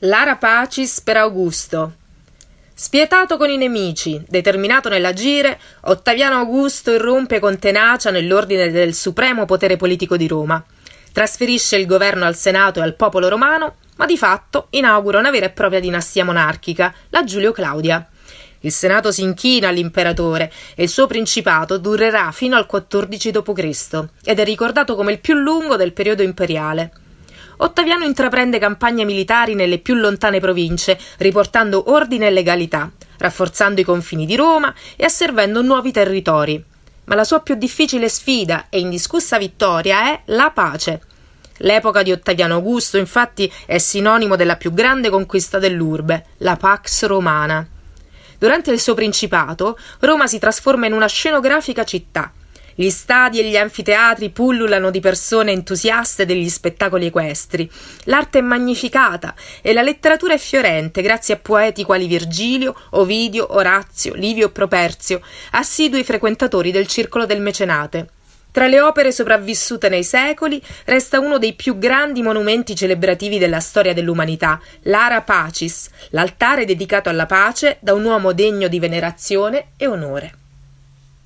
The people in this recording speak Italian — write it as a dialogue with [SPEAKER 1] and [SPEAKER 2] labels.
[SPEAKER 1] Lara Pacis per Augusto. Spietato con i nemici, determinato nell'agire, Ottaviano Augusto irrompe con tenacia nell'ordine del supremo potere politico di Roma. Trasferisce il governo al Senato e al popolo romano, ma di fatto inaugura una vera e propria dinastia monarchica, la Giulio-Claudia. Il Senato si inchina all'imperatore e il suo principato durerà fino al 14 d.C. ed è ricordato come il più lungo del periodo imperiale. Ottaviano intraprende campagne militari nelle più lontane province, riportando ordine e legalità, rafforzando i confini di Roma e asservendo nuovi territori. Ma la sua più difficile sfida e indiscussa vittoria è la pace. L'epoca di Ottaviano Augusto, infatti, è sinonimo della più grande conquista dell'urbe, la Pax Romana. Durante il suo principato, Roma si trasforma in una scenografica città. Gli stadi e gli anfiteatri pullulano di persone entusiaste degli spettacoli equestri. L'arte è magnificata e la letteratura è fiorente grazie a poeti quali Virgilio, Ovidio, Orazio, Livio e Properzio, assidui frequentatori del circolo del mecenate. Tra le opere sopravvissute nei secoli resta uno dei più grandi monumenti celebrativi della storia dell'umanità, l'Ara Pacis, l'altare dedicato alla pace da un uomo degno di venerazione e onore.